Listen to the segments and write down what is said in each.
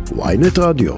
ynet רדיו.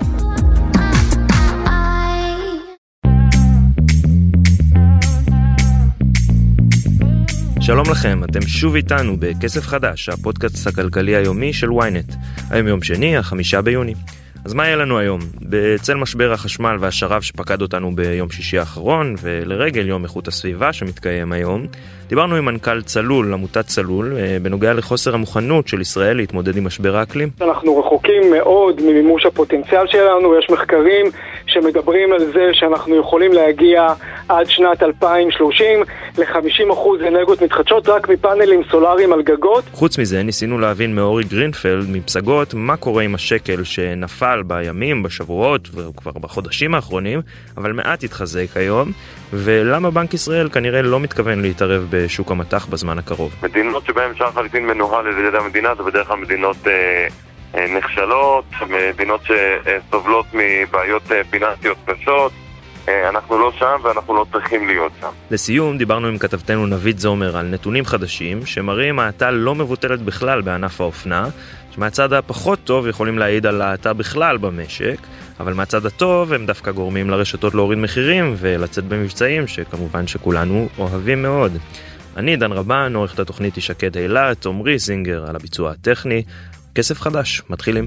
שלום לכם, אתם שוב איתנו בכסף חדש, הפודקאסט הכלכלי היומי של ynet. היום יום שני, 5 ביוני. אז מה יהיה לנו היום? בצל משבר החשמל והשרב שפקד אותנו ביום שישי האחרון, ולרגל יום איכות הסביבה שמתקיים היום, דיברנו עם מנכ"ל צלול, עמותת צלול, בנוגע לחוסר המוכנות של ישראל להתמודד עם משבר האקלים. אנחנו רחוקים מאוד ממימוש הפוטנציאל שלנו, יש מחקרים שמדברים על זה שאנחנו יכולים להגיע עד שנת 2030 ל-50% אנרגיות מתחדשות רק מפאנלים סולאריים על גגות. חוץ מזה, ניסינו להבין מאורי גרינפלד מפסגות מה קורה עם השקל שנפל בימים, בשבועות וכבר בחודשים האחרונים, אבל מעט התחזק היום, ולמה בנק ישראל כנראה לא מתכוון להתערב בשוק המטח בזמן הקרוב. מדינות שבהן שער חליפין מנוהל על ידי המדינה זה בדרך כלל מדינות נחשלות, מדינות שסובלות מבעיות פיננסיות קשות. אנחנו לא שם ואנחנו לא צריכים להיות שם. לסיום, דיברנו עם כתבתנו נבית זומר על נתונים חדשים שמראים האטה לא מבוטלת בכלל בענף האופנה, שמהצד הפחות טוב יכולים להעיד על האטה בכלל במשק, אבל מהצד הטוב הם דווקא גורמים לרשתות להוריד מחירים ולצאת במבצעים שכמובן שכולנו אוהבים מאוד. אני דן רבן, עורכת התוכנית ישקד אילת, עומרי זינגר על הביצוע הטכני. כסף חדש, מתחילים.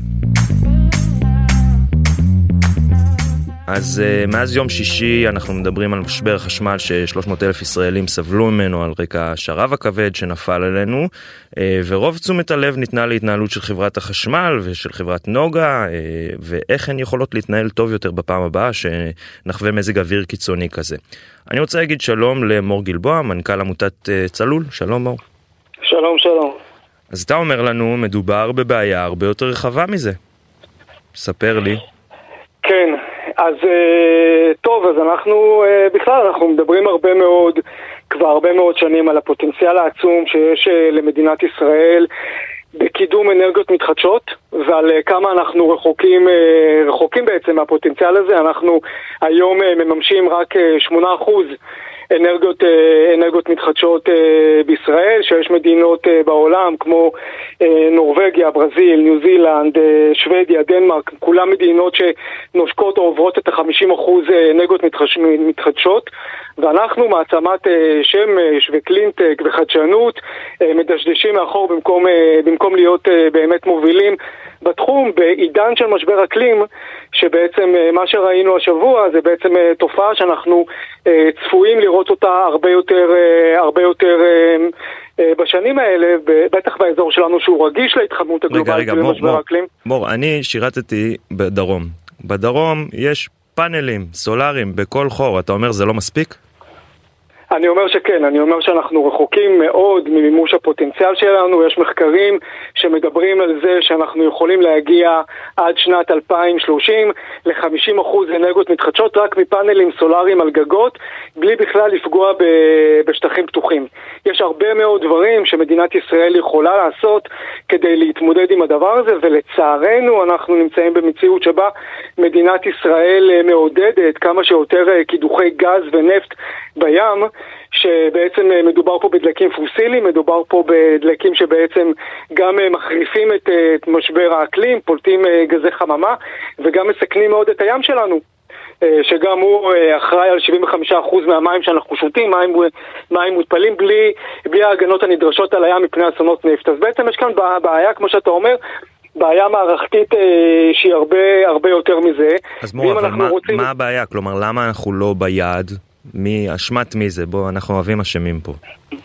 אז מאז יום שישי אנחנו מדברים על משבר החשמל ש300,000 ישראלים סבלו ממנו על רקע השרב הכבד שנפל עלינו, ורוב תשומת הלב ניתנה להתנהלות של חברת החשמל ושל חברת נוגה, ואיך הן יכולות להתנהל טוב יותר בפעם הבאה שנחווה מזג אוויר קיצוני כזה. אני רוצה להגיד שלום למור גלבוע, מנכ"ל עמותת צלול. שלום מור. שלום, שלום. אז אתה אומר לנו, מדובר בבעיה הרבה יותר רחבה מזה. ספר לי. כן, אז טוב, אז אנחנו מדברים כבר הרבה מאוד שנים על הפוטנציאל העצום שיש למדינת ישראל בקידום אנרגיות מתחדשות, ועל כמה אנחנו רחוקים בעצם מהפוטנציאל הזה. אנחנו היום מממשים רק 8% אנרגיות מתחדשות בישראל, שיש מדינות בעולם כמו נורווגיה, ברזיל, ניו זילנד, שוודיה, דנמרק, כולם מדינות שנושקות או עוברות את 50% אנרגיות מתחדשות, ואנחנו מעצמת שמש וקלינטק וחדשנות מדשדשים מאחור במקום להיות באמת מובילים בתחום, בעידן של משבר אקלים, שבעצם מה שראינו השבוע זה בעצם תופעה שאנחנו צפויים לראות אותה הרבה יותר בשנים האלה, בטח באזור שלנו שהוא רגיש להתחממות הגלובלית ולמשבר האקלים. מור, אני שירתתי בדרום. בדרום יש פאנלים סולאריים בכל חור. אתה אומר זה לא מספיק? אני אומר שכן, אני אומר שאנחנו רחוקים מאוד ממימוש הפוטנציאל שלנו. יש מחקרים שמדברים על זה שאנחנו יכולים להגיע עד שנת 2030 ל-50% אנרגיות מתחדשות רק מפאנלים סולאריים על גגות, בלי בכלל לפגוע בשטחים פתוחים. יש הרבה מאוד דברים שמדינת ישראל יכולה לעשות כדי להתמודד עם הדבר הזה, ולצערנו אנחנו נמצאים במציאות שבה מדינת ישראל מעודדת כמה שיותר קידוחי גז ונפט בים, שבעצם מדובר פה בדלקים פוסיליים, מדובר פה בדלקים שבעצם גם מחריפים את משבר האקלים, פולטים גזי חממה, וגם מסכנים מאוד את הים שלנו, שגם הוא אחראי על 75% מהמים שאנחנו שותים, מים מותפלים בלי ההגנות הנדרשות על הים מפני אסונות נפט. אז בעצם יש כאן בעיה, כמו שאתה אומר, בעיה מערכתית שהיא הרבה יותר מזה. אז מור, אבל מה הבעיה? כלומר, למה אנחנו לא ביעד? אשמת מי זה? בוא, אנחנו אוהבים אשמים פה.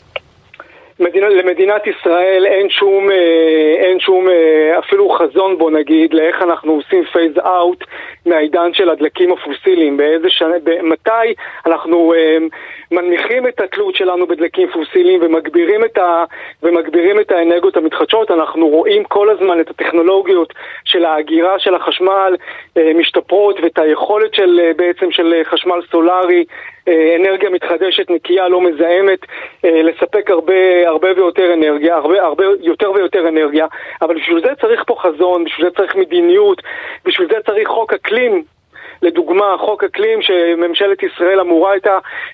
למדינת ישראל אין שום אפילו חזון, בוא נגיד, לאיך אנחנו עושים פייז אאוט מהעידן של הדלקים הפוסיליים. מתי אנחנו מנמיכים את התלות שלנו בדלקים פוסיליים ומגבירים את האנרגיות המתחדשות. אנחנו רואים כל הזמן את הטכנולוגיות של ההגירה של החשמל משתפרות, ואת היכולת של חשמל סולארי, אנרגיה מתחדשת נקייה לא מזהמת, לספק הרבה ויותר אנרגיה, הרבה יותר ויותר אנרגיה. אבל בשביל זה צריך פה חזון, בשביל זה צריך מדיניות, בשביל זה צריך חוק אקלים לדוגמה, חוק אקלים שממשלת ישראל אמורה הייתה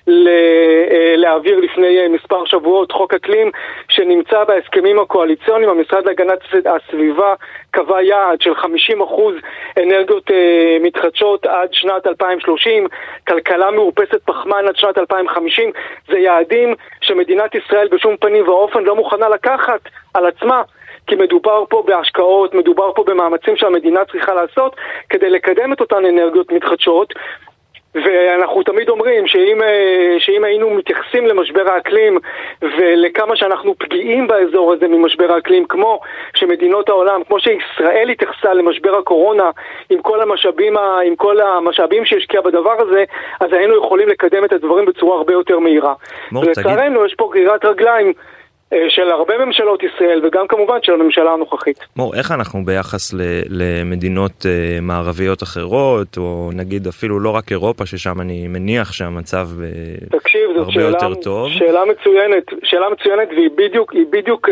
להעביר לפני מספר שבועות, חוק אקלים שנמצא בהסכמים הקואליציוניים, המשרד להגנת הסביבה קבע יעד של 50% אנרגיות מתחדשות עד שנת 2030, כלכלה מאופסת פחמן עד שנת 2050, זה יעדים שמדינת ישראל בשום פנים ואופן לא מוכנה לקחת על עצמה, כי מדובר פה בהשקעות, מדובר פה במאמצים שהמדינה צריכה לעשות כדי לקדם את אותן אנרגיות מתחדשות, ואנחנו תמיד אומרים שאם היינו מתייחסים למשבר האקלים ולכמה שאנחנו פגיעים באזור הזה ממשבר האקלים, כמו שמדינות העולם, כמו שישראל התייחסה למשבר הקורונה עם כל המשאבים שהשקיע בדבר הזה, אז היינו יכולים לקדם את הדברים בצורה הרבה יותר מהירה. ולצערנו יש פה גרירת רגליים של הרבה ממשלות ישראל וגם כמובן של הממשלה הנוכחית. איך אנחנו ביחס למדינות מערביות אחרות, או נגיד אפילו לא רק אירופה, ששם אני מניח שהמצב הרבה יותר טוב? שאלה מצוינת, והיא בדיוק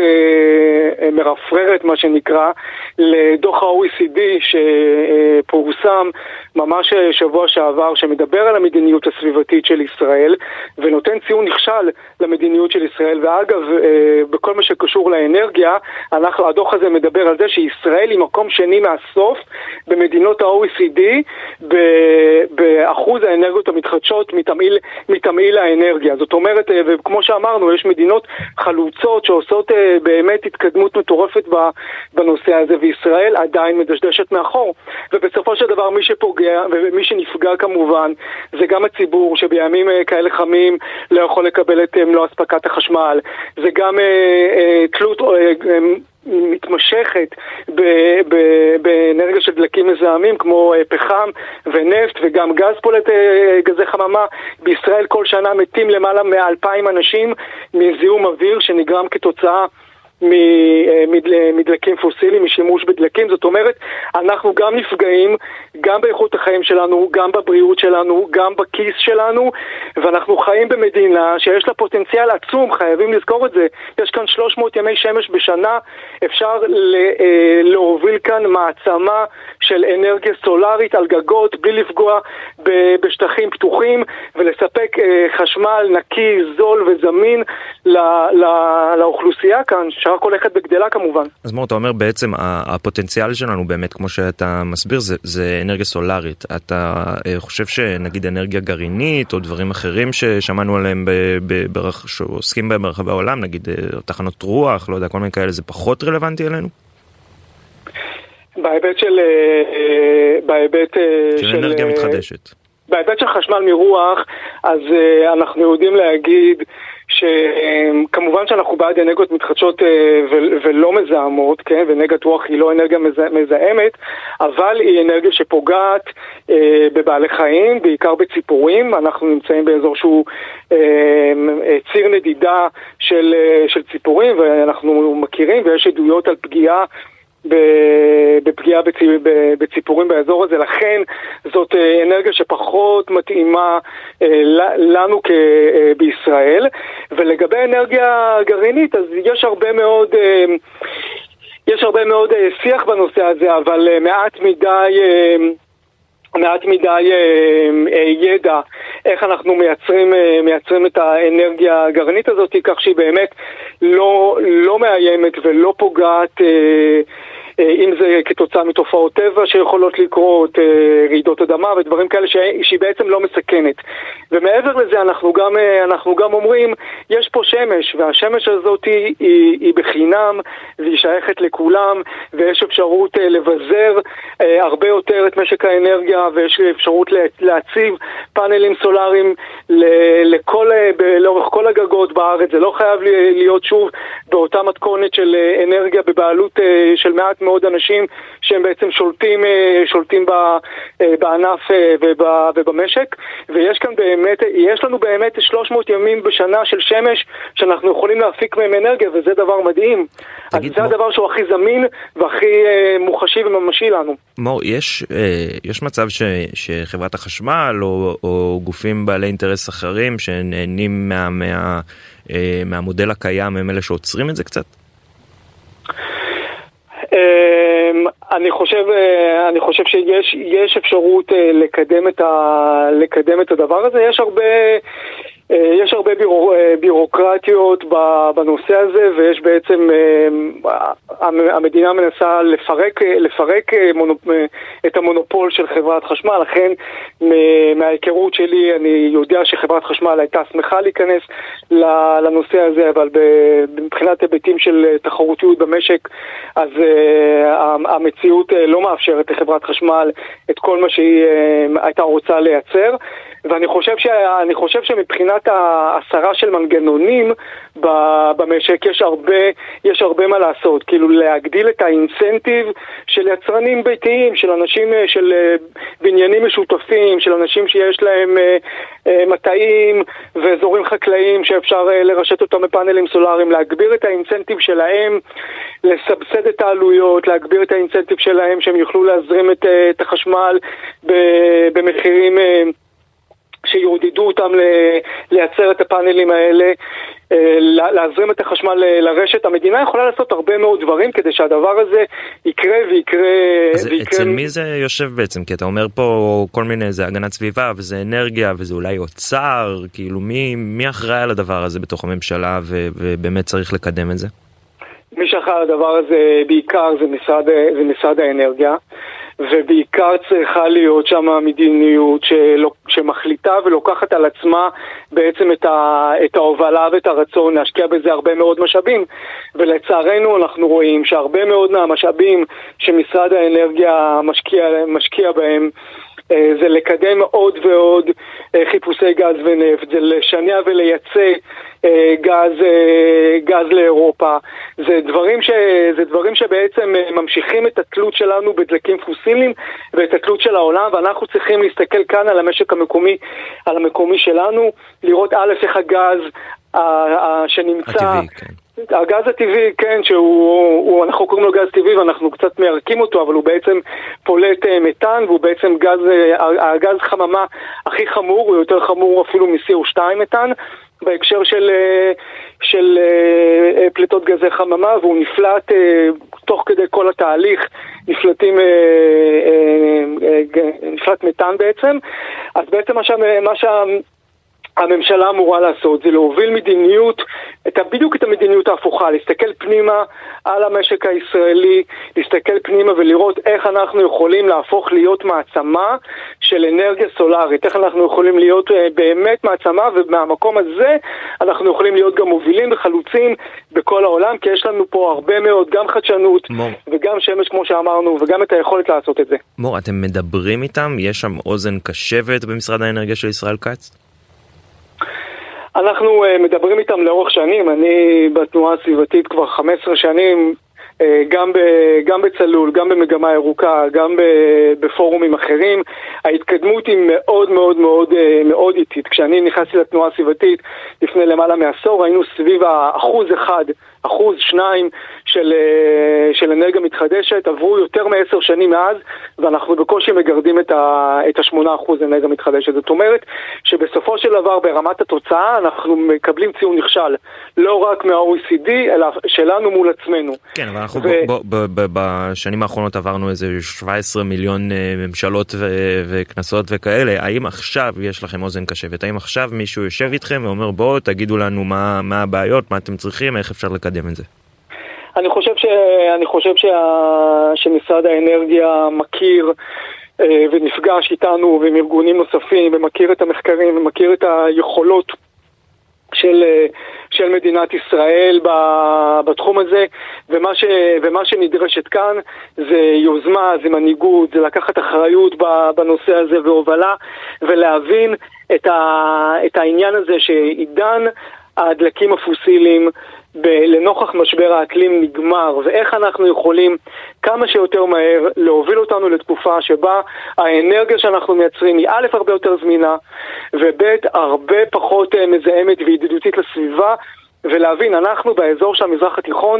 מרפררת מה שנקרא לדוח ה-OECD שפורסם ממש שבוע שעבר, שמדבר על המדיניות הסביבתית של ישראל ונותן ציון נכשל למדיניות של ישראל. ואגב, בכל מה שקשור לאנרגיה, הדוח הזה מדבר על זה שישראל היא מקום שני מהסוף במדינות ה-OECD באחוז האנרגיות המתחדשות מתמהיל האנרגיה. זאת אומרת, וכמו שאמרנו, יש מדינות חלוצות שעושות באמת התקדמות מטורפת בנושא הזה, וישראל עדיין מדשדשת מאחור. ובסופו של דבר מי שפוגע ומי שנפגע כמובן זה גם הציבור, שבימים כאלה חמים לא יכול לקבל את מלוא אספקת החשמל. זה גם תלות מתמשכת באנרגיה של דלקים מזהמים כמו פחם ונפט וגם גז פולט גזי חממה. בישראל כל שנה מתים למעלה מ-2,000 אנשים מזיהום אוויר שנגרם כתוצאה מדלקים פוסיליים, משימוש בדלקים. זאת אומרת, אנחנו גם נפגעים, גם באיכות החיים שלנו, גם בבריאות שלנו, גם בכיס שלנו, ואנחנו חיים במדינה שיש לה פוטנציאל עצום, חייבים לזכור את זה. יש כאן 300 ימי שמש בשנה, אפשר להוביל כאן מעצמה של אנרגיה סולרית על גגות, בלי לפגוע בשטחים פתוחים, ולספק חשמל נקי, זול וזמין לאוכלוסייה כאן, שרק הולכת בגדלה כמובן. אז מה אתה אומר, בעצם הפוטנציאל שלנו באמת, כמו שאתה מסביר, זה אנרגיה סולרית. אתה חושב שנגיד אנרגיה גרעינית או דברים אחרים ששמענו עליהם שעוסקים בהם ברחבי העולם, נגיד תחנות רוח, לא יודע, כל מיני כאלה, זה פחות רלוונטי אלינו? בהיבט של אנרגיה מתחדשת. בהיבט של חשמל מרוח, אז אנחנו יודעים להגיד שכמובן שאנחנו בעד אנרגיות מתחדשות ולא מזהמות, כן? ואנרגיית רוח היא לא אנרגיה מזהמת, אבל היא אנרגיה שפוגעת בבעלי חיים, בעיקר בציפורים. אנחנו נמצאים באזור שהוא ציר נדידה של ציפורים, ואנחנו מכירים ויש עדויות על פגיעה בציפורים באזור הזה. לכן זאת אנרגיה שפחות מתאימה לנו בישראל. ולגבי אנרגיה גרעינית, אז יש הרבה מאוד שיח בנושא הזה, אבל מעט מדי ידע איך אנחנו מייצרים את האנרגיה הגרעינית הזאת, כך שהיא באמת לא מאיימת ולא פוגעת, אם זה כתוצאה מתופעות טבע שיכולות לקרות, רעידות אדמה ודברים כאלה, שהיא בעצם לא מסכנת. ומעבר לזה אנחנו גם אומרים, יש פה שמש, והשמש הזאת היא בחינם, והיא שייכת לכולם, ויש אפשרות לבזר הרבה יותר את משק האנרגיה, ויש אפשרות להציב פאנלים סולאריים לאורך כל הגגות בארץ. זה לא חייב להיות שוב באותה מתכונת של אנרגיה בבעלות של מעט מאוד אנשים שהם בעצם שולטים בענף ובמשק. ויש כאן באמת, יש לנו באמת 300 ימים בשנה של שמש שאנחנו יכולים להפיק מהם אנרגיה, וזה דבר מדהים. אז זה הדבר שהוא הכי זמין והכי מוחשי וממשי לנו. מור, יש מצב שחברת החשמל או גופים בעלי אינטרס אחרים שנהנים מהמודל הקיים, הם אלה שעוצרים את זה קצת? אני חושב שיש אפשרות לקדם את הדבר הזה. יש הרבה בירוקרטיות בנושא הזה, ויש בעצם, המדינה מנסה לפרק את המונופול של חברת חשמל. לכן מההיכרות שלי אני יודע שחברת חשמל הייתה שמחה להיכנס לנושא הזה, אבל מבחינת היבטים של תחרותיות במשק, אז המציאות לא מאפשרת לחברת חשמל את כל מה שהיא הייתה רוצה לייצר. ואני חושב שמבחינת ההסרה של מנגנונים במשק יש הרבה מה לעשות, כאילו להגדיל את האינסנטיב של יצרנים ביתיים, של אנשים, של בניינים משותפים, של אנשים שיש להם מטעים ואזורים חקלאיים שאפשר לרשת אותם בפאנלים סולאריים, להגביר את האינסנטיב שלהם, לסבסד את העלויות, להגביר את האינסנטיב שלהם שהם יוכלו להזרים את החשמל במחירים שיעודדו אותם לייצר את הפאנלים האלה, להזרים את החשמל לרשת. המדינה יכולה לעשות הרבה מאוד דברים כדי שהדבר הזה יקרה ויקרה. אז אצל מי זה יושב בעצם? כי אתה אומר פה כל מיני, זה הגנת סביבה וזה אנרגיה וזה אולי אוצר, כאילו מי אחראי על הדבר הזה בתוך הממשלה ובאמת צריך לקדם את זה? מי שאחראי על הדבר הזה בעיקר זה משרד האנרגיה, ובעיקר צריכה להיות שם מדיניות שמחליטה ולוקחת על עצמה בעצם את ההובלה ואת הרצון להשקיע בזה הרבה מאוד משאבים. ולצערנו אנחנו רואים שהרבה מאוד מהמשאבים שמשרד האנרגיה משקיע בהם זה לקדם עוד ועוד חיפושי גז ונפט, זה לשנע ולייצא גז לאירופה. זה דברים שבעצם ממשיכים את התלות שלנו בדלקים פוסיליים ואת התלות של העולם, ואנחנו צריכים להסתכל כאן על המשק המקומי, על המקומי שלנו, לראות איך הגז שנמצא הטבעי, כן. הגז הטבעי, כן, אנחנו קוראים לו גז טבעי ואנחנו קצת מיירקים אותו, אבל הוא בעצם פולט מתאן, והוא בעצם הגז חממה הכי חמור, הוא יותר חמור אפילו מ-CO2 מתאן, בהקשר של פליטות גזי חממה, והוא נפלט תוך כדי כל התהליך, נפלט מתאן בעצם. אז בעצם מה הממשלה אמורה לעשות זה להוביל מדיניות, בדיוק את המדיניות ההפוכה, להסתכל פנימה על המשק הישראלי, להסתכל פנימה ולראות איך אנחנו יכולים להפוך להיות מעצמה של אנרגיה סולארית, איך אנחנו יכולים להיות באמת מעצמה, ומהמקום הזה אנחנו יכולים להיות גם מובילים וחלוצים בכל העולם, כי יש לנו פה הרבה מאוד גם חדשנות וגם שמש כמו שאמרנו, וגם את היכולת לעשות את זה. מור, אתם מדברים איתם? יש שם אוזן קשבת במשרד האנרגיה של ישראל כץ? אנחנו מדברים איתם לאורך שנים. אני בתנועה הסביבתית כבר 15 שנים, גם בצלול, גם במגמה ירוקה, גם בפורומים אחרים. ההתקדמות היא מאוד מאוד מאוד מאוד איטית. כשאני נכנסתי לתנועה הסביבתית לפני למעלה מעשור, היינו סביב 1%, 2% של אנרגיה מתחדשת. עברו יותר מ10 שנים מאז, ואנחנו בקושי מגרדים את 8% אנרגיה מתחדשת. זאת אומרת שבסופו של דבר ברמת התוצאה אנחנו מקבלים ציון נכשל, לא רק מה-OECD, אלא שלנו מול עצמנו. כן, אבל אנחנו בשנים האחרונות עברנו איזה 17 מיליון ממשלות וכנסות וכאלה. האם עכשיו יש לכם אוזן קשבת? האם עכשיו מישהו יושב איתכם ואומר בואו תגידו לנו מה הבעיות, מה אתם צריכים, איך אפשר לקדם את זה? אני חושב שמשרד האנרגיה מכיר ונפגש איתנו ועם ארגונים נוספים, ומכיר את המחקרים ומכיר את היכולות של מדינת ישראל בתחום הזה, ומה שנדרשת כאן זה יוזמה, זה מנהיגות, זה לקחת אחריות בנושא הזה והובלה, ולהבין את העניין הזה שעידן הדלקים הפוסיליים לנוכח משבר האקלים נגמר, ואיך אנחנו יכולים כמה שיותר מהר להוביל אותנו לתקופה שבה האנרגיה שאנחנו מייצרים היא א' הרבה יותר זמינה, וב' הרבה פחות מזהמת וידידותית לסביבה, ולהבין, אנחנו באזור של המזרח התיכון,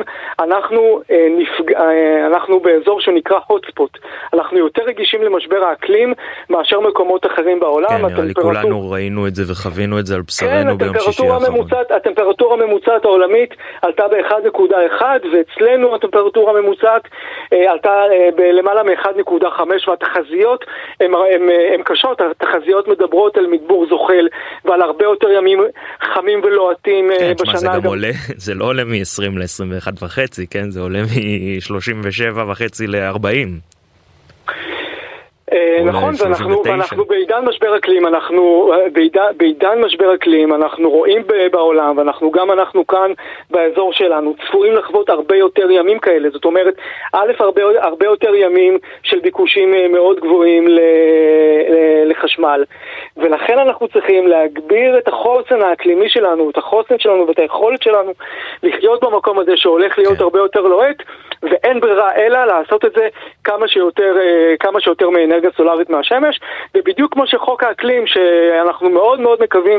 אנחנו באזור שנקרא hotspot. אנחנו יותר רגישים למשבר האקלים מאשר מקומות אחרים בעולם. כן, נראה לי כולנו ראינו את זה וחווינו את זה על בשרנו ביום שישי האחרון. הטמפרטורה הממוצעת העולמית עלתה ב-1.1, ואצלנו הטמפרטורה הממוצעת עלתה בלמעלה מ-1.5, והתחזיות הן קשות. התחזיות מדברות על מדבור זוחל ועל הרבה יותר ימים חמים ולוהטים בשנה. זה גם עולה, זה לא עולה מ-20 ל-21.5, כן? זה עולה מ-37.5 ל-40. נכון, ואנחנו בעידן משבר אקלים, אנחנו רואים בעולם, אנחנו כאן באזור שלנו, צפויים לחוות הרבה יותר ימים כאלה. זאת אומרת, הרבה יותר ימים של ביקושים מאוד גבוהים לחשמל. ולכן אנחנו צריכים להגביר את החוסן האקלימי שלנו, את החוסן שלנו ואת היכולת שלנו לחיות במקום הזה שהולך להיות הרבה יותר לוהט, ואין ברירה אלא לעשות את זה כמה שיותר מאנרגיה סולארית מהשמש. ובדיוק כמו שחוק האקלים, שאנחנו מאוד מאוד מקווים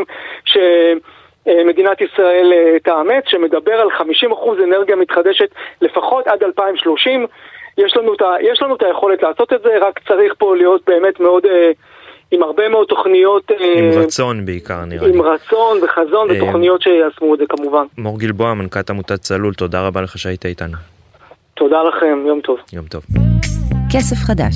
שמדינת ישראל תאמץ, שמדבר על 50% אנרגיה מתחדשת לפחות עד 2030, יש לנו את היכולת לעשות את זה, רק צריך פה להיות באמת מאוד עם הרבה מאוד תוכניות, עם רצון בעיקר נראה לי. עם רצון וחזון ותוכניות שיעשמו את זה כמובן. מור גלבוע, מנכ"לית עמותת צלול, תודה רבה לך שהיית איתנו. תודה לכם, יום טוב. יום טוב. כסף חדש.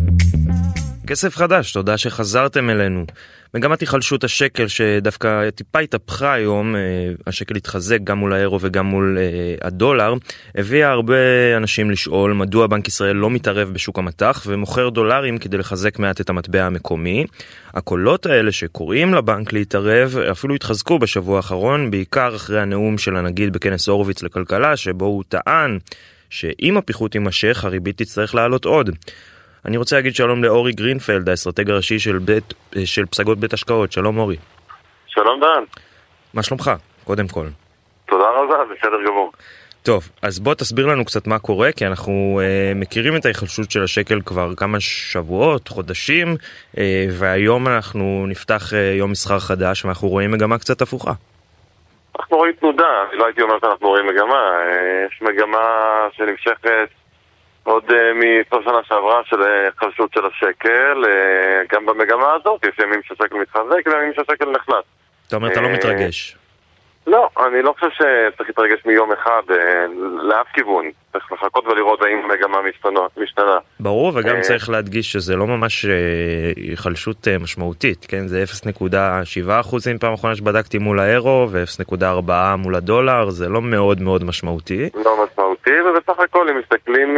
כסף חדש, תודה שחזרתם אלינו. מגמת היחלשות השקל שדווקא טיפה התהפכה היום, השקל התחזק גם מול האירו וגם מול הדולר, הביאה הרבה אנשים לשאול מדוע בנק ישראל לא מתערב בשוק המטח ומוכר דולרים כדי לחזק מעט את המטבע המקומי. הקולות האלה שקוראים לבנק להתערב אפילו התחזקו בשבוע האחרון, בעיקר אחרי הנאום של הנגיד בכנס הורוביץ לכלכלה, שבו הוא טען שאם הפיחות יימשך הריבית תצטרך לעלות עוד. אני רוצה להגיד שלום לאורי גרינפלד, האסטרטג הראשי של פסגות בית השקעות. שלום אורי. שלום דן. מה שלומך? קודם כל. תודה רבה, בסדר גמור. טוב, אז בוא תסביר לנו קצת מה קורה, כי אנחנו מכירים את ההיחלשות של השקל כבר כמה שבועות, חודשים, והיום אנחנו נפתח יום מסחר חדש, ואנחנו רואים מגמה קצת הפוכה. אנחנו רואים תנודה, אני לא הייתי אומר שאנחנו רואים מגמה, יש מגמה שנמשכת עוד מסוף שנה שעברה של חלשות של השקל, גם במגמה הזאת יש ימים שהשקל מתחזק וימים שהשקל נחלש. אתה אומר, אתה לא מתרגש? לא, אני לא חושב שצריך להתרגש מיום אחד לאף כיוון. צריך לחכות ולראות האם המגמה משתנה. ברור, וגם צריך להדגיש שזה לא ממש חלשות משמעותית, כן? זה 0.7% פעם אחרונה שבדקתי מול האירו, ו0.4 מול הדולר, זה לא מאוד מאוד משמעותי. לא משמעותי, ובסך הכל אם מסתכלים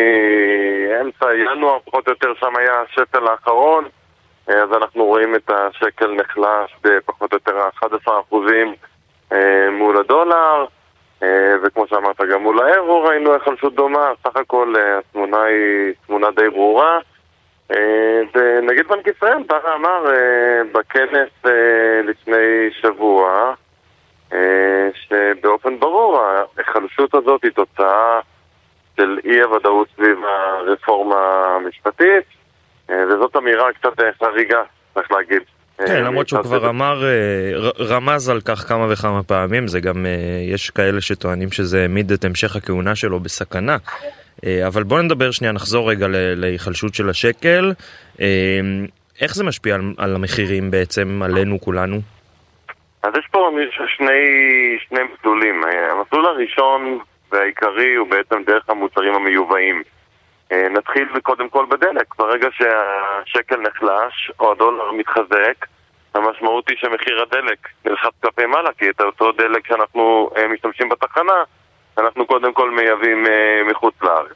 מאמצע ינואר, פחות או יותר שם היה השקל האחרון, אז אנחנו רואים את השקל נחלש בפחות או יותר 11% מול הדולר, וכמו שאמרת גם מול האירו ראינו חלשות דומה. סך הכל התמונה היא תמונה די ברורה, ונגיד בנק ישראל אמר בכנס לפני שבוע שבאופן ברור החלשות הזאת היא תוצאה של אי הוודאות סביב הרפורמה המשפטית, וזאת אמירה קצת חריגה, צריך להגיד. כן, למרות שהוא כבר רמז על כך כמה וכמה פעמים, זה גם, יש כאלה שטוענים שזה העמיד את המשך הכהונה שלו בסכנה. אבל בואו נדבר שנייה, נחזור רגע להיחלשות של השקל. איך זה משפיע על המחירים בעצם, עלינו כולנו? אז יש פה שני מסלולים. המסלול הראשון והעיקרי הוא בעצם דרך המוצרים המיובאים. נתחיל קודם כל בדלק. ברגע שהשקל נחלש או הדולר מתחזק, המשמעות היא שמחיר הדלק נלחץ כלפי מעלה, כי את אותו דלק שאנחנו משתמשים בתחנה, אנחנו קודם כל מייבאים מחוץ לארץ.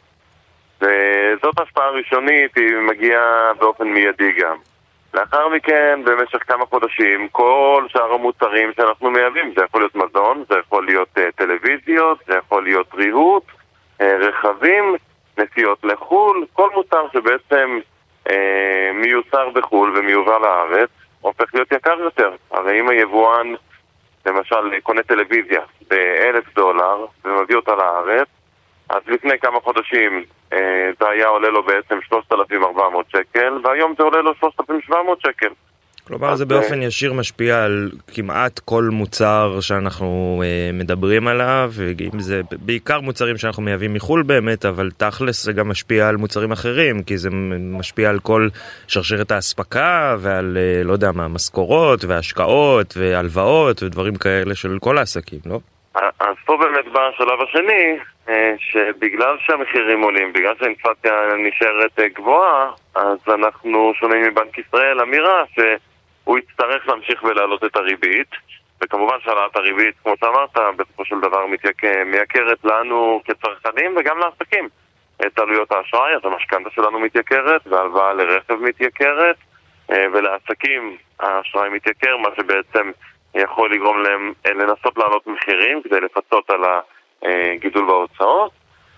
וזאת השפעה ראשונית, היא מגיעה באופן מיידי גם. לאחר מכן, במשך כמה חודשים, כל שאר המוצרים שאנחנו מייבאים, זה יכול להיות מזון, זה יכול להיות טלוויזיות, זה יכול להיות ריהוט, רכבים, נסיעות לחול, כל מוצר שבעצם מיוצר בחול ומיובא לארץ הופך להיות יקר יותר. הרי אם היבואן למשל קונה טלוויזיה ב$1,000 ומביא אותה לארץ, אז לפני כמה חודשים זה היה עולה לו בעצם 3,400 שקל, והיום זה עולה לו 3,700 שקל. כלומר זה באופן ישיר משפיע על כמעט כל מוצר שאנחנו מדברים עליו, ואם זה בעיקר מוצרים שאנחנו מייבאים מחול באמת, אבל תכלס זה גם משפיע על מוצרים אחרים, כי זה משפיע על כל שרשרת ההספקה ועל, לא יודע מה, משכורות והשקעות והלוואות ודברים כאלה של כל העסקים, לא? אז פה באמת בא השלב השני, שבגלל שהמחירים עולים, בגלל שהאינפלציה נשארת גבוהה, אז אנחנו שומעים מבנק ישראל אמירה שהוא יצטרך להמשיך ולהעלות את הריבית, וכמובן שהעלאת הריבית, כמו שאמרת, בסופו של דבר מייקרת לנו כצרכנים וגם לעסקים את עלויות האשראי. אז המשכנתא שלנו מתייקרת, והלוואה לרכב מתייקרת, ולעסקים האשראי מתייקר, מה שבעצם יכול לגרום להם לנסות לעלות מחירים כדי לפצות על הגידול בהוצאות,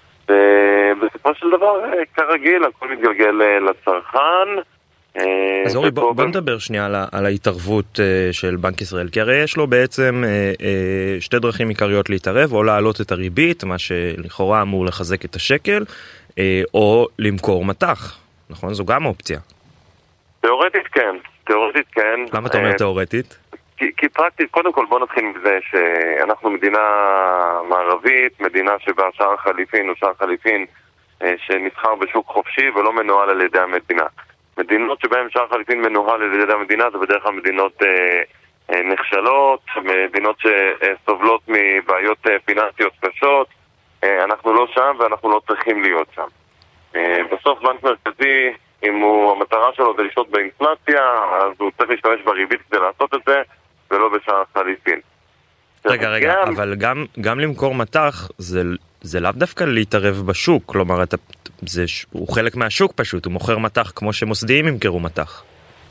ובסופו של דבר כרגיל הכל מתגלגל לצרכן. אז אורי, בוא נדבר שנייה על ההתערבות של בנק ישראל, כי הרי יש לו בעצם שתי דרכים עיקריות להתערב, או להעלות את הריבית, מה שלכאורה אמור לחזק את השקל, או למכור מטח, נכון? זו גם אופציה. תיאורטית כן, תיאורטית כן. למה אתה אומר תיאורטית? כי פרקטית, קודם כל בוא נתחיל מזה שאנחנו מדינה מערבית, מדינה שבה שער חליפין הוא שער חליפין שנסחר בשוק חופשי ולא מנוהל על ידי המדינה. מדינות שבהן שער חליפין מנוהל על ידי המדינה זה בדרך כלל מדינות נכשלות, מדינות שסובלות מבעיות פיננסיות קשות. אנחנו לא שם ואנחנו לא צריכים להיות שם. בסוף בנק מרכזי, אם המטרה שלו זה לשלוט באינפלציה, אז הוא צריך להשתמש בריבית כדי לעשות את זה, ולא בשער חליפין. רגע, אבל גם למכור מטח זה לאו דווקא להתערב בשוק, כלומר הוא חלק מהשוק פשוט, הוא מוכר מטח כמו שמוסדיים ימכרו מטח.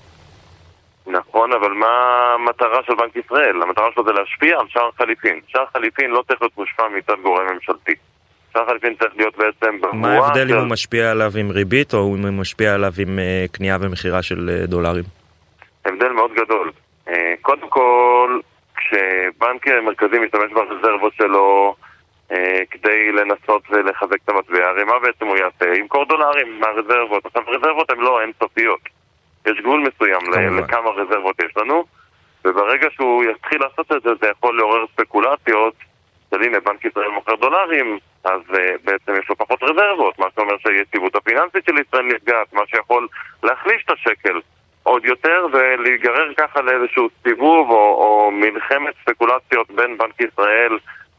נכון, אבל מה המטרה של בנק ישראל? המטרה שלו זה להשפיע על שער חליפין. שער חליפין לא צריך להיות מושפע מצד גורם ממשלתי. שער חליפין צריך להיות בעצם בבואה. מה ההבדל אם הוא משפיע עליו עם ריבית או אם הוא משפיע עליו עם קנייה ומחירה של דולרים? הבדל מאוד גדול. קודם כל, כשבנק מרכזי משתמש ברזרבות שלו כדי לנסות ולחזק את המטבע, הרי מה בעצם הוא יעשה? ימכור דולרים מהרזרבות. עכשיו, הרזרבות הן לא אינסופיות. יש גבול מסוים לכמה רזרבות יש לנו, וברגע שהוא יתחיל לעשות את זה, זה יכול לעורר ספקולציות של הנה, בנק ישראל מוכר דולרים, אז בעצם יש לו פחות רזרבות, מה שאומר שהיציבות הפיננסית של ישראל נפגעת, מה שיכול להחליש את השקל עוד יותר ולהיגרר ככה לאיזשהו סיבוב או מלחמת ספקולציות בין בנק ישראל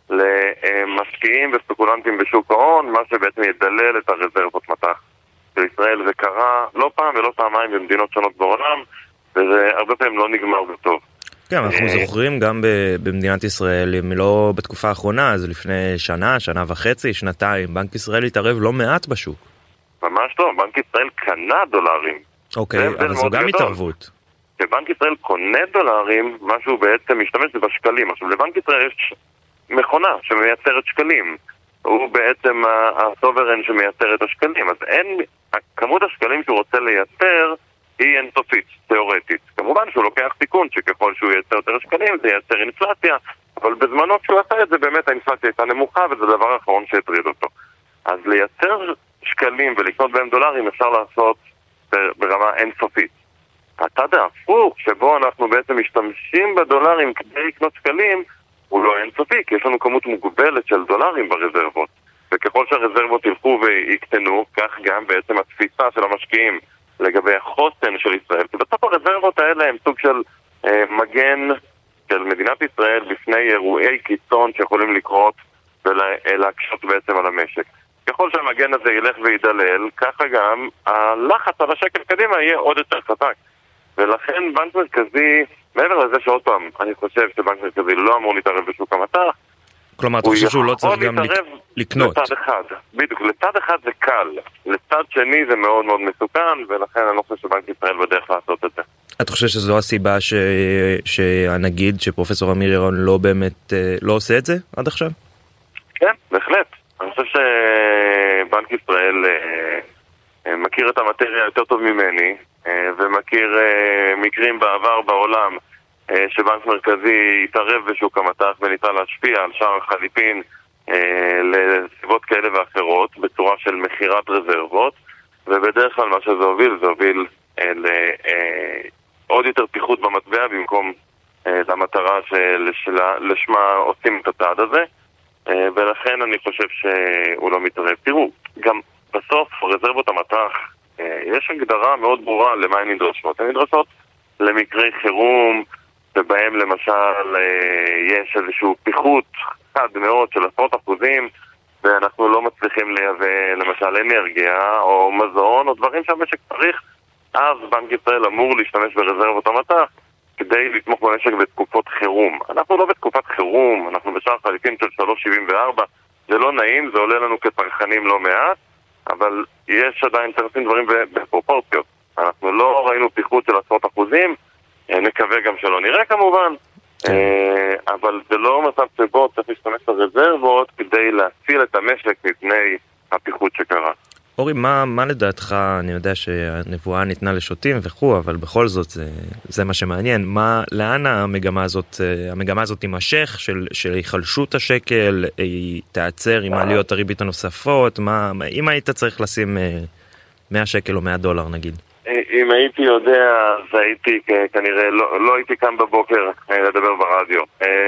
למשקיעים וספקולנטים בשוק ההון, מה שבעצם ידלל את הרזרבות מטח של ישראל. זה קרה לא פעם ולא פעמיים במדינות שונות בעולם, וזה הרבה פעמים לא נגמר בטוב. כן, אנחנו זוכרים גם במדינת ישראל, אם לא בתקופה האחרונה, אז לפני שנה וחצי, שנתיים, בנק ישראל התערב לא מעט בשוק. ממש לא, בנק ישראל קנה דולרים. אוקיי, אבל זו גם התערבות. כשבנק ישראל קונה דולרים, משהו בעצם משתמש בשקלים. עכשיו, לבנק ישראל יש מכונה שמייצרת שקלים. הוא בעצם הסוברן שמייצר את השקלים. אז כמות השקלים שהוא רוצה לייצר היא אינסופית, תיאורטית. כמובן שהוא לוקח סיכון שככל שהוא ייצר יותר שקלים זה ייצר אינפלציה, אבל בזמנו כשהוא עשה את זה באמת האינפלציה הייתה נמוכה וזה הדבר האחרון שהטריד אותו. אז לייצר שקלים ולקנות בהם דולרים אפשר לעשות ברמה אינסופית. הצד ההפוך שבו אנחנו בעצם משתמשים בדולרים כדי לקנות שקלים הוא לא אינסופי, כי יש לנו כמות מוגבלת של דולרים ברזרבות, וככל שהרזרבות ילכו ויקטנו, כך גם בעצם התפיסה של המשקיעים לגבי החוסן של ישראל, כי בסוף הרזרבות האלה הם סוג של מגן של מדינת ישראל בפני אירועי קיצון שיכולים לקרות ולהקשות בעצם על המשק. ככל שהמגן הזה ילך וידלל, ככה גם הלחץ על השקל קדימה יהיה עוד יותר חזק. ולכן בנק מרכזי, מעבר לזה שעוד פעם, אני חושב שבנק מרכזי לא אמור להתערב בשוק המטח. כלומר, אתה חושב שהוא לא צריך גם לקנות? לצד אחד, בדיוק, לצד אחד זה קל, לצד שני זה מאוד מאוד מסוכן, ולכן אני לא חושב שבנק ישראל בדרך לעשות את זה. אתה חושב שזו הסיבה שהנגיד, שפרופסור אמיר ירון לא באמת, לא עושה את זה עד עכשיו? כן, בהחלט. אני חושב שבנק ישראל מכיר את המטריה יותר טוב ממני, ומכיר מקרים בעבר בעולם שבנק מרכזי יתערב בשוק המטח וניתן להשפיע על שער החליפין לסיבות כאלה ואחרות בצורה של מחירת רזרבות, ובדרך כלל מה שזה הוביל, זה הוביל עוד יותר פיחות במטבע במקום למטרה שלשמה עושים את הצעד הזה, ולכן אני חושב שהוא לא מתערב. תראו, גם בסוף רזרבות המטח, יש הגדרה מאוד ברורה למה הן נדרשות. הן נדרשות למקרי חירום, שבהם למשל יש איזשהו פיחות חד מאוד של 10%, ואנחנו לא מצליחים לייבא למשל אנרגיה או מזון או דברים שהמשק צריך, אז בנק ישראל אמור להשתמש ברזרבות המטח כדי לתמוך במשק בתקופות חירום. אנחנו לא בתקופת חירום, אנחנו בשער חליפין של 3.74, זה לא נעים, זה עולה לנו כצרכנים לא מעט, אבל יש עדיין תרצים דברים בפרופורציות. אנחנו לא ראינו פיחות של 10%, נקווה גם שלא נראה כמובן, אבל זה לא מצב שבו צריך להשתמש ברזרבות כדי להציל את המשק מפני הפיחות שקרה. אורי, מה לדעתך, אני יודע שהנבואה ניתנה לשוטים וכו', אבל בכל זאת זה מה שמעניין, לאן המגמה הזאת תימשך, של היחלשות השקל, היא תעצר עם העליות הריבית הנוספות, אם היית צריך לשים 100 שקל או $100 נגיד? אם הייתי יודע, אז הייתי כנראה, לא הייתי כאן בבוקר לדבר ברדיו.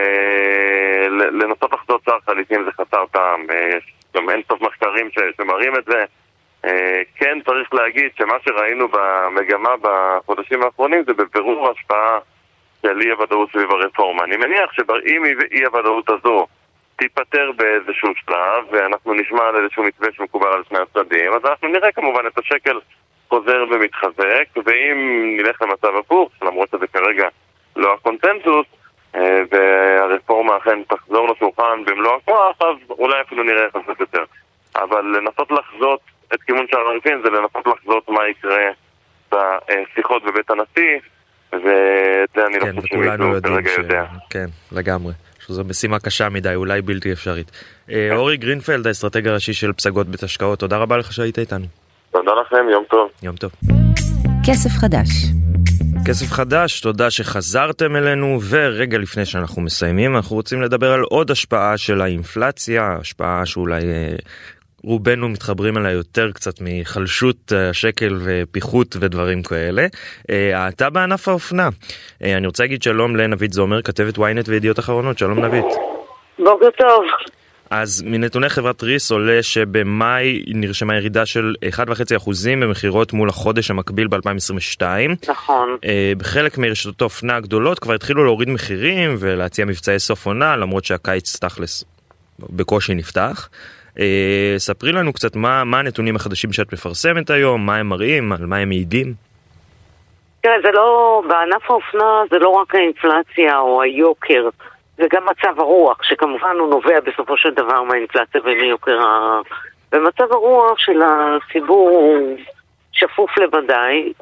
לנסות לחזות שער חליפין זה חסר טעם, גם אין סוף מחקרים שמראים את זה. כן צריך להגיד שמה שראינו במגמה בחודשים האחרונים זה בבירור השפעה של אי הוודאות סביב הרפורמה. אני מניח שאם אי הוודאות הזו תיפטר באיזשהו שלב ואנחנו נשמע על איזשהו מתווה שמקובל על שני הצדדים, אז אנחנו נראה כמובן את השקל חוזר ומתחזק, ואם נלך למצב הפוך, למרות שזה כרגע לא הקונצנזוס, והרפורמה אכן תחזור לשולחן במלוא הכוח, אז אולי אפילו נראה חזק יותר. אבל לנסות לחזות את כיוון שער חליפין זה לנסות לחזות מה יקרה בשיחות בבית הנשיא, וזה אני לא חושב שמישהו כרגע יודע. כן, לגמרי. שזו משימה קשה מדי, אולי בלתי אפשרית. אורי גרינפלד, האסטרטג הראשי של פסגות בית השקעות, תודה רבה לך שהיית איתנו. תודה לכם, יום טוב. יום טוב. כסף חדש. כסף חדש, תודה שחזרתם אלינו, ורגע לפני שאנחנו מסיימים, אנחנו רוצים לדבר על עוד השפעה של האינפלציה, השפעה שאולי רובנו מתחברים אליה יותר קצת מחלשות השקל ופיחות ודברים כאלה. אתה בענף האופנה. אני רוצה להגיד שלום לנבית זומר, כתבת ynet וידיעות אחרונות. שלום נבית. בוקר טוב. אז מנתוני חברת ריס עולה שבמאי נרשמה ירידה של 1.5% במחירות מול החודש המקביל ב-2022. נכון. בחלק מרשתות האופנה הגדולות כבר התחילו להוריד מחירים ולהציע מבצעי סוף עונה, למרות שהקיץ תכלס בקושי נפתח. ספרי לנו קצת מה הנתונים החדשים שאת מפרסמת היום, מה הם מראים, על מה הם מעידים. תראה, זה לא, בענף האופנה זה לא רק האינפלציה או היוקר, זה גם מצב הרוח, שכמובן הוא נובע בסופו של דבר מהאינפלציה ומיוקר ומצב הרוח של הציבור הוא שפוף למדי,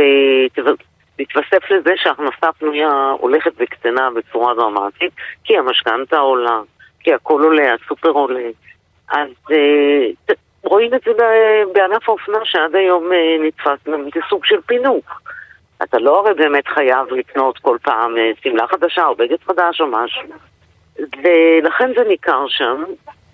והתווסף לזה שההכנסה הפנויה הולכת וקטנה בצורה דרמטית, כי המשכנתא עולה, כי הכל עולה, הסופר עולה. אז רואים את זה בענף האופנה שעד היום נתפס כסוג של פינוק. אתה לא הרי באמת חייב לקנות כל פעם סמלה חדשה או בגד חדש או משהו. ולכן זה ניכר שם.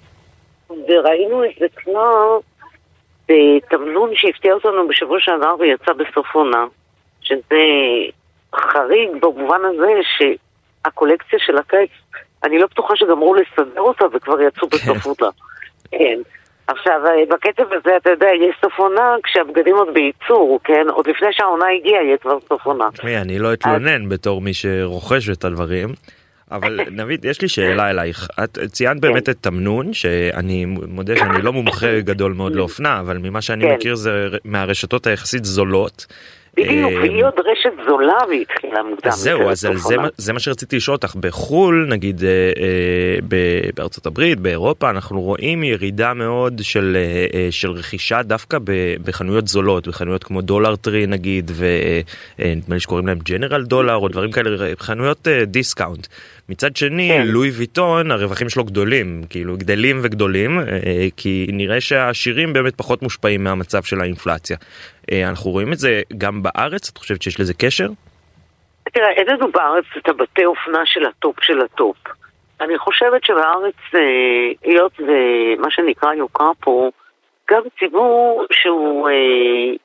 וראינו את זה כבר בתמנון שהפתיע אותנו בשבוע שעבר ויצא בסוף עונה. שזה חריג במובן הזה שהקולקציה של הקיץ, אני לא בטוחה שגמרו לסדר אותה וכבר יצאו בסוף עונה. כן. עכשיו, בקצב הזה, אתה יודע, יש סוף עונה כשהבגדים עוד בייצור, כן? עוד לפני שהעונה הגיעה, יהיה כבר סוף עונה. אני לא אתלונן בתור מי שרוכש את הדברים, אבל נבית, יש לי שאלה אלייך. את ציינת באמת את תמנון, שאני מודה שאני לא מומחה גדול מאוד לאופנה, אבל ממה שאני מכיר זה מהרשתות היחסית זולות. בדיוק, והיא עוד רשת זולה והתחילה מוקדם. זהו, אז זה מה שרציתי לשאול אותך. בחול, נגיד בארצות הברית, באירופה, אנחנו רואים ירידה מאוד של רכישה דווקא בחנויות זולות, בחנויות כמו דולר טרי נגיד, ונדמה לי שקוראים להם ג'נרל דולר או דברים כאלה, חנויות דיסקאונט. מצד שני, לואי ויטון, הרווחים שלו גדולים, כאילו גדלים וגדולים, כי נראה שהעשירים באמת פחות מושפעים מהמצב של האינפלציה. אנחנו רואים את זה גם בארץ? את חושבת שיש לזה קשר? תראה, אין לנו בארץ את הבתי אופנה של הטופ של הטופ. אני חושבת שבארץ, היות ומה שנקרא יוקר פה, גם ציבור שהוא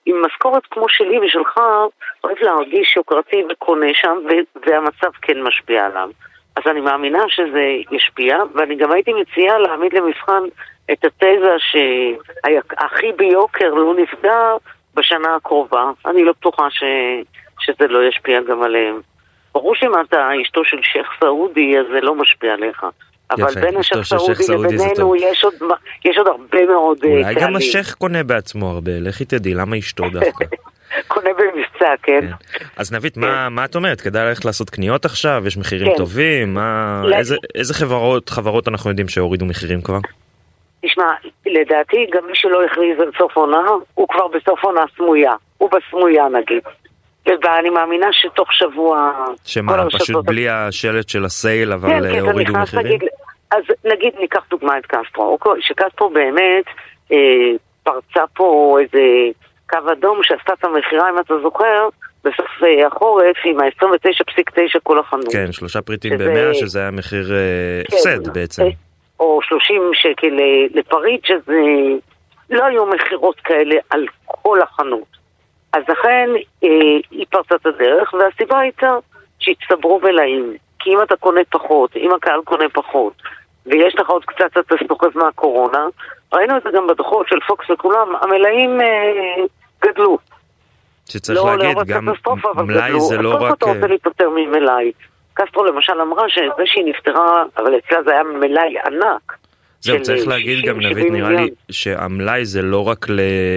עם משכורת כמו שלי ושלך, אוהב להרגיש יוקרתי וקונה שם, והמצב כן משפיע עליו. אז אני מאמינה שזה ישפיע, ואני גם הייתי מציעה להעמיד למבחן את התזה שהכי ביוקר לא נפגע בשנה הקרובה. אני לא בטוחה שזה לא ישפיע גם עליהם. ברור שאם אתה אשתו של שייך סעודי, אז זה לא משפיע עליך. אבל בין השייך סעודי לבינינו יש עוד הרבה מאוד קהלים. אולי גם השייך קונה בעצמו הרבה, לכי תדעי, למה אשתו דווקא? קונה במבצע, כן. אז נבית, מה את אומרת? כדאי ללכת לעשות קניות עכשיו? יש מחירים טובים? איזה חברות אנחנו יודעים שהורידו מחירים כבר? תשמע, לדעתי גם מי שלא הכריז על סוף עונה, הוא כבר בסוף עונה סמויה. הוא בסמויה נגיד. ואני מאמינה שתוך שבוע... שמה, פשוט בלי השלט של הסייל, אבל הורידו מחירים? אז נגיד ניקח דוגמה את קסטרו, שקסטרו באמת פרצה פה איזה קו אדום שעשתה את המחירה, אם אתה זוכר, בסוף החורף עם ה-29.9 כל החנות. כן, 3 פריטים ב100, שזה היה מחיר הפסד בעצם. או 30 שקל לפריט, שזה לא היו מחירות כאלה על כל החנות. אז לכן היא פרצה את הדרך, והסיבה הייתה שהצטברו מלאים. כי אם אתה קונה פחות, אם הקהל קונה פחות, ויש לך עוד קצת אתה סוחב מהקורונה, ראינו את זה גם בדוחות של פוקס וכולם, המלאים גדלו. שצריך להגיד, גם מלאי זה לא רק... אתה רוצה להתפטר ממלאי. קסטרו למשל אמרה שזה שהיא נפטרה, אבל אצלה זה היה מלאי ענק. זהו, צריך להגיד גם נבית, נראה לי שהמלאי זה לא רק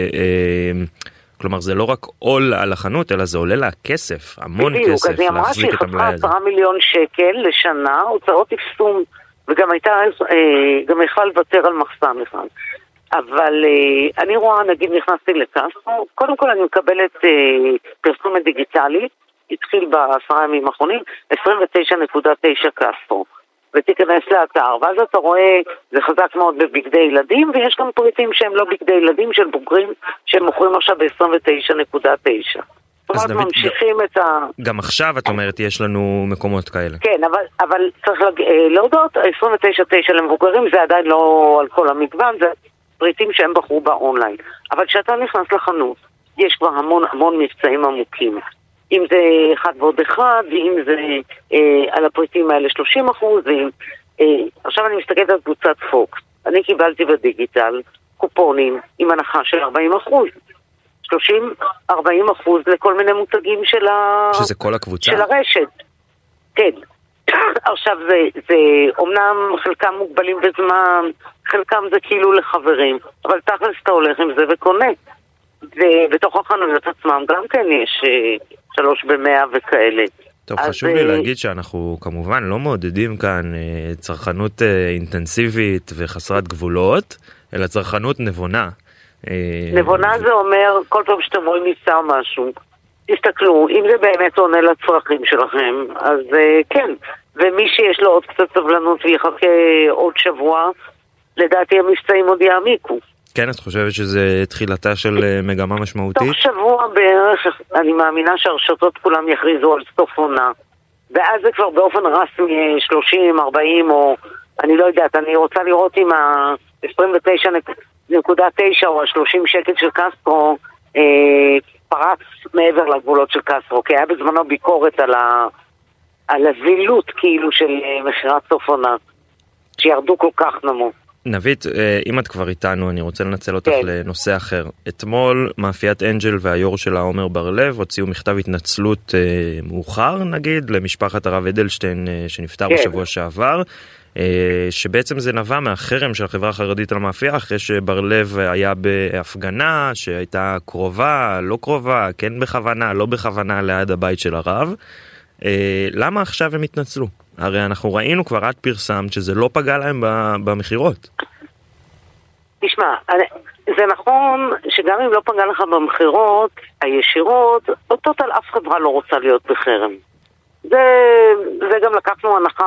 כלומר, זה לא רק עול על החנות, אלא זה עולה לה כסף, המון כסף, להחזיק את המלאי הזה. 10 מיליון שקל לשנה, הוצאות אפסום, וגם גם יכלה לוותר על מחסם אחד. אבל אני רואה, נגיד נכנסתי לקסטרו, קודם כל אני מקבלת פרסומת דיגיטלית, התחיל ב10 ימים האחרונים, 29.9 קסטרו. ותיכנס לאתר, ואז אתה רואה, זה חזק מאוד בבגדי ילדים, ויש גם פריטים שהם לא בגדי ילדים, של בוגרים, שהם מוכרים עכשיו ב-29.9. אז ממשיכים את ה... גם עכשיו את אומרת, יש לנו מקומות כאלה. כן, אבל צריך להודות, 29.9 למבוגרים, זה עדיין לא על כל המגוון, זה פריטים שהם בחרו באונליין. אבל כשאתה נכנס לחנות, יש כבר המון מבצעים עמוקים. אם זה 1 ועוד 1, ואם זה על הפריטים האלה 30%, עכשיו אני מסתכלת על קבוצת פוקס. אני קיבלתי בדיגיטל קופונים עם הנחה של 40%. 30-40% לכל מיני מותגים שזה כל הקבוצה? של הרשת. כן. עכשיו זה אומנם חלקם מוגבלים בזמן, חלקם זה כאילו לחברים, אבל תכלס אתה הולך עם זה וקונה. ובתוך החנויות עצמם גם כן יש 3 ב-100 וכאלה. טוב, חשוב לי להגיד שאנחנו כמובן לא מעודדים כאן צרכנות אינטנסיבית וחסרת גבולות, אלא צרכנות נבונה. נבונה זה אומר, כל פעם שאתם רואים מבצע משהו, תסתכלו, אם זה באמת עונה לצרכים שלכם, אז כן. ומי שיש לו עוד קצת סבלנות ויחכה עוד שבוע, לדעתי המבצעים עוד יעמיקו. כן, את חושבת שזה תחילתה של מגמה משמעותית? תוך שבוע בערך, אני מאמינה שהרשתות כולם יכריזו על סוף עונה. ואז זה כבר באופן רסמי 30, 40 או... אני לא יודעת, אני רוצה לראות אם ה-29.9 או ה-30 שקל של קסטרו פרץ מעבר לגבולות של קסטרו. כי היה בזמנו ביקורת על הזילות כאילו של מחירת סוף עונה, שירדו כל כך נמוך. נבית, אם את כבר איתנו, אני רוצה לנצל אותך לנושא אחר. אתמול, מאפיית אנג'ל והיו"ר שלה עומר בר-לב הוציאו מכתב התנצלות מאוחר, נגיד, למשפחת הרב אדלשטיין שנפטר בשבוע שעבר, שבעצם זה נבע מהחרם של החברה החרדית על המאפייה, אחרי שבר-לב היה בהפגנה שהייתה קרובה, לא קרובה, כן בכוונה, לא בכוונה, ליד הבית של הרב. למה עכשיו הם התנצלו? הרי אנחנו ראינו כבר, את פרסמת שזה לא פגע להם במחירות. תשמע, זה נכון שגם אם לא פגע לך במחירות הישירות, בטוטל אף חברה לא רוצה להיות בחרם. זה גם לקחנו הנחה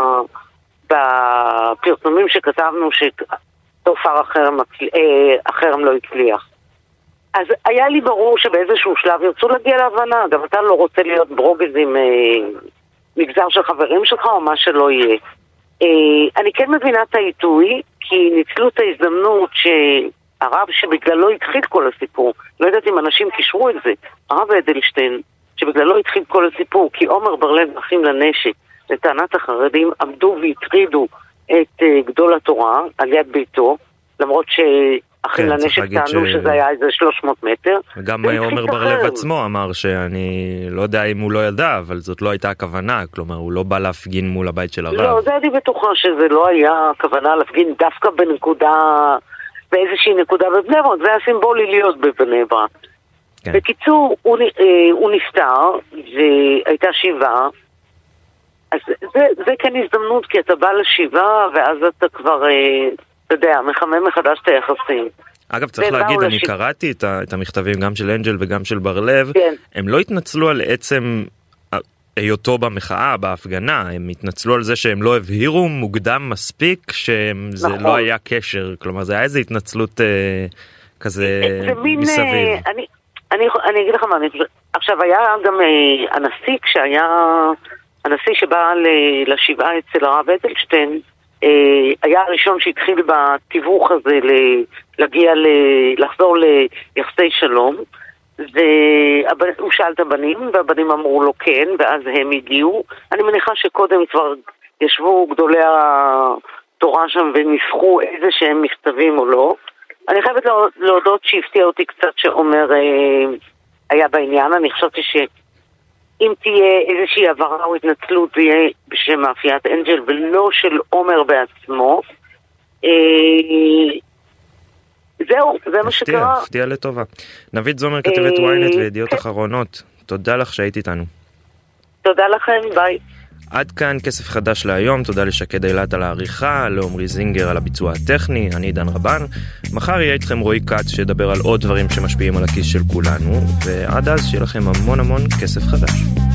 בפרסומים שכתבנו שתופר החרם לא הצליח. אז היה לי ברור שבאיזשהו שלב ירצו להגיע להבנה, גם אתה לא רוצה להיות ברוגז עם מגזר של חברים שלך או מה שלא יהיה. אני כן מבינה את העיתוי, כי ניצלו את ההזדמנות הרב שבגללו התחיל כל הסיפור, לא יודעת אם אנשים קישרו את זה, הרב אדלשטיין, שבגללו התחיל כל הסיפור, כי עומר בר-לב אחים לנשק, לטענת החרדים, עמדו והטרידו את גדול התורה על יד ביתו, למרות שאחים לנשק טענו שזה היה איזה 300 מטר. וגם עומר בר-לב עצמו אמר שאני לא יודע אם הוא לא ידע, אבל זאת לא הייתה הכוונה, כלומר הוא לא בא להפגין מול הבית של הרב. לא, זה אני בטוחה שזה לא היה הכוונה להפגין דווקא באיזושהי נקודה בבני ברק, זה היה סימבולי להיות בבני ברק. כן. בקיצור, הוא נפטר והייתה שבעה, אז זה כן הזדמנות, כי אתה בא לשבעה ואז אתה כבר, אתה יודע, מחמם מחדש את היחסים. אגב, צריך להגיד, אני קראתי את המכתבים גם של אנג'ל וגם של בר-לב, כן. הם לא התנצלו על עצם היותו במחאה, בהפגנה, הם התנצלו על זה שהם לא הבהירו מוקדם מספיק, שזה נכון. לא היה קשר, כלומר זה היה איזו התנצלות כזה מסביב. אני אגיד לך מה, עכשיו היה גם הנשיא שבא לשבעה אצל הרב אדלשטיין, היה הראשון שהתחיל בתיווך הזה לחזור ליחסי שלום, והוא שאל את הבנים, והבנים אמרו לו כן, ואז הם הגיעו. אני מניחה שקודם כבר ישבו גדולי התורה שם וניסחו איזה שהם מכתבים או לא. אני חייבת להודות שהפתיע אותי קצת שעומר היה בעניין. אני חשבתי שאם תהיה איזושהי עברה או התנצלות זה יהיה בשם מאפיית אנג'ל ולא של עומר בעצמו. זהו, זה מה שקרה. הפתיע לטובה. נבית זומר, כתבת ynet וידיעות אחרונות. תודה לך שהיית איתנו. תודה לכם, ביי. עד כאן כסף חדש להיום. תודה לשקד אילת על העריכה, לעומרי זינגר על הביצוע הטכני, אני עידן רבן. מחר יהיה איתכם רועי קץ שידבר על עוד דברים שמשפיעים על הכיס של כולנו, ועד אז שיהיה לכם המון המון כסף חדש.